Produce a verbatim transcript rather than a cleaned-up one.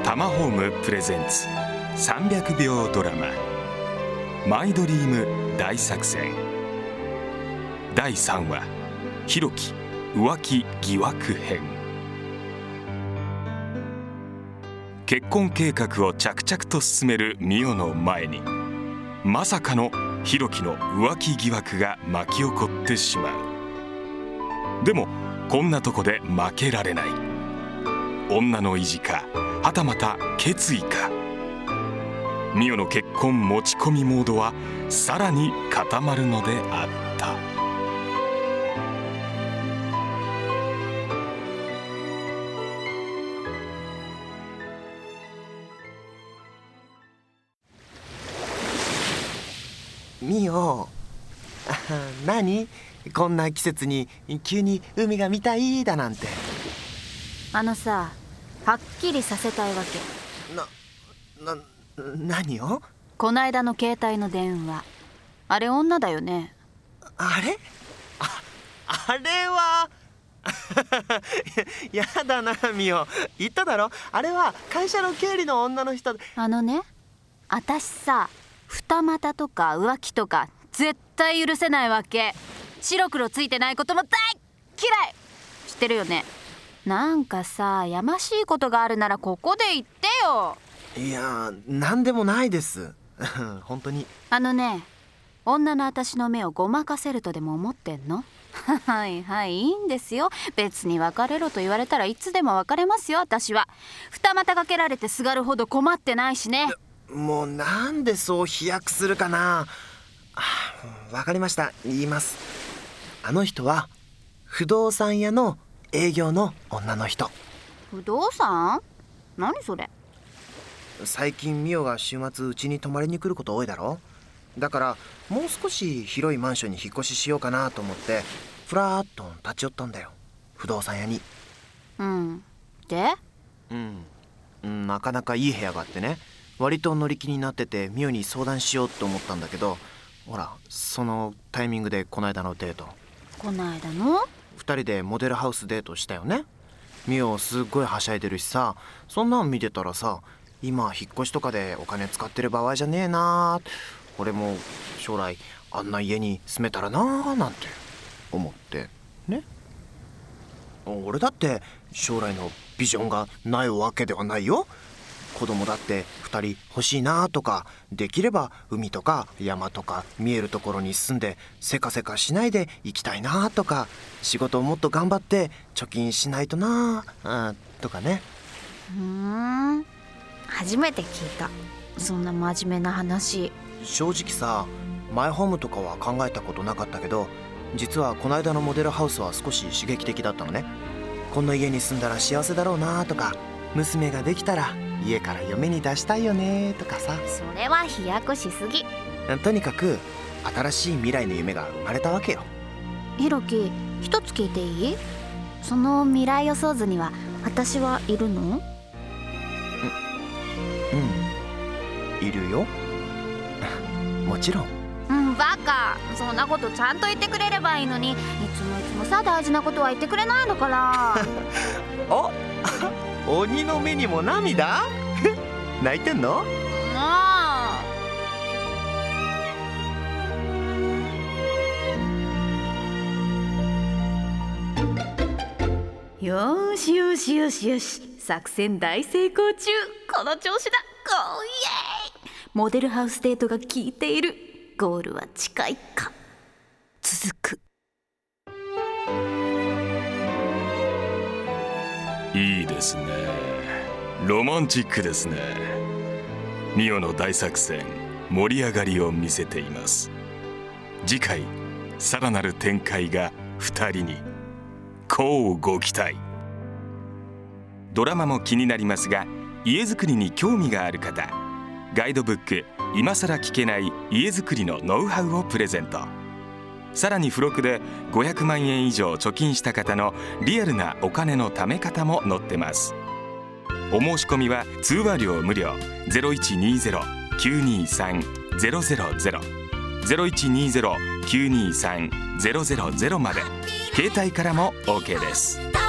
タマホームプレゼンツさんびゃくびょうドラママイドリーム大作戦だいさんわひろき浮気疑惑編。結婚計画を着々と進める美代の前にまさかのひろきの浮気疑惑が巻き起こってしまう。でもこんなとこで負けられない。女の意地かはたまた決意か。美代の結婚持ち込みモードはさらに固まるのであった。 美代、何こんな季節に急に海が見たいだなんて。 あのさ、はっきりさせたいわけ。な、な、何を？ こないだの携帯の電話、あれ女だよね。 あれ？あ、あれはやだな美代、言っただろ、あれは会社の経理の女の人で。 あのね、私さ、二股とか浮気とか絶対許せないわけ。白黒ついてないことも大嫌い。知ってるよね。なんかさ、やましいことがあるならここで言ってよ。 いや、なんでもないです本当に。 あのね、女の私の目をごまかせるとでも思ってんの？はいはい、いいんですよ。別に別れろと言われたらいつでも別れますよ。私は二股かけられてすがるほど困ってないしね。 もうなんでそう飛躍するかな。わかりました、言います。あの人は不動産屋の営業の女の人。 不動産？何それ？ 最近美代が週末うちに泊まりに来ること多いだろ。だからもう少し広いマンションに引っ越ししようかなと思ってふらーっと立ち寄ったんだよ、不動産屋に。 うんで？ うん、うん、なかなかいい部屋があってね、割と乗り気になってて美代に相談しようと思ったんだけど、ほらそのタイミングでこないだのデート。 こないだの？ 二人でモデルハウスデートしたよね。美代すっごいはしゃいでるしさ、そんなん見てたらさ、今引っ越しとかでお金使ってる場合じゃねえな、俺も将来あんな家に住めたらなーなんて思ってね。俺だって将来のビジョンがないわけではないよ。子供だってふたり欲しいなとか、できれば海とか山とか見えるところに住んでせかせかしないで行きたいなとか、仕事をもっと頑張って貯金しないとなあとかね。 ふーん、初めて聞いたそんな真面目な話。 正直さ、マイホームとかは考えたことなかったけど、実はこの間のモデルハウスは少し刺激的だったのね。この家に住んだら幸せだろうなとか、娘ができたら家から嫁に出したいよねとかさ。 それは飛躍しすぎ。 とにかく新しい未来の夢が生まれたわけよ。 ひろき、一つ聞いていい？その未来予想図には私はいるの？うん、 うん、いるよもちろん。 うん、バカ。そんなことちゃんと言ってくれればいいのに、いつもいつもさ、大事なことは言ってくれないのかなお鬼の目にも涙泣いてんの？もうよーしよしよしよし、作戦大成功中。この調子だ。ゴーイエーイ。モデルハウスデートが効いている。ゴールは近いか。続く。 いいですね、ロマンチックですね。美代の大作戦、盛り上がりを見せています。次回さらなる展開がふたりに。こうご期待。ドラマも気になりますが、家づくりに興味がある方、ガイドブック今さら聞けない家づくりのノウハウをプレゼント。さらに付録でごひゃくまんえん以上貯金した方のリアルなお金の貯め方も載ってます。お申し込みは通話料無料 ゼロいちにゼロ きゅうにさん ゼロゼロゼロ ゼロいちにゼロ きゅうにさん ゼロゼロゼロまで。携帯からも OK です。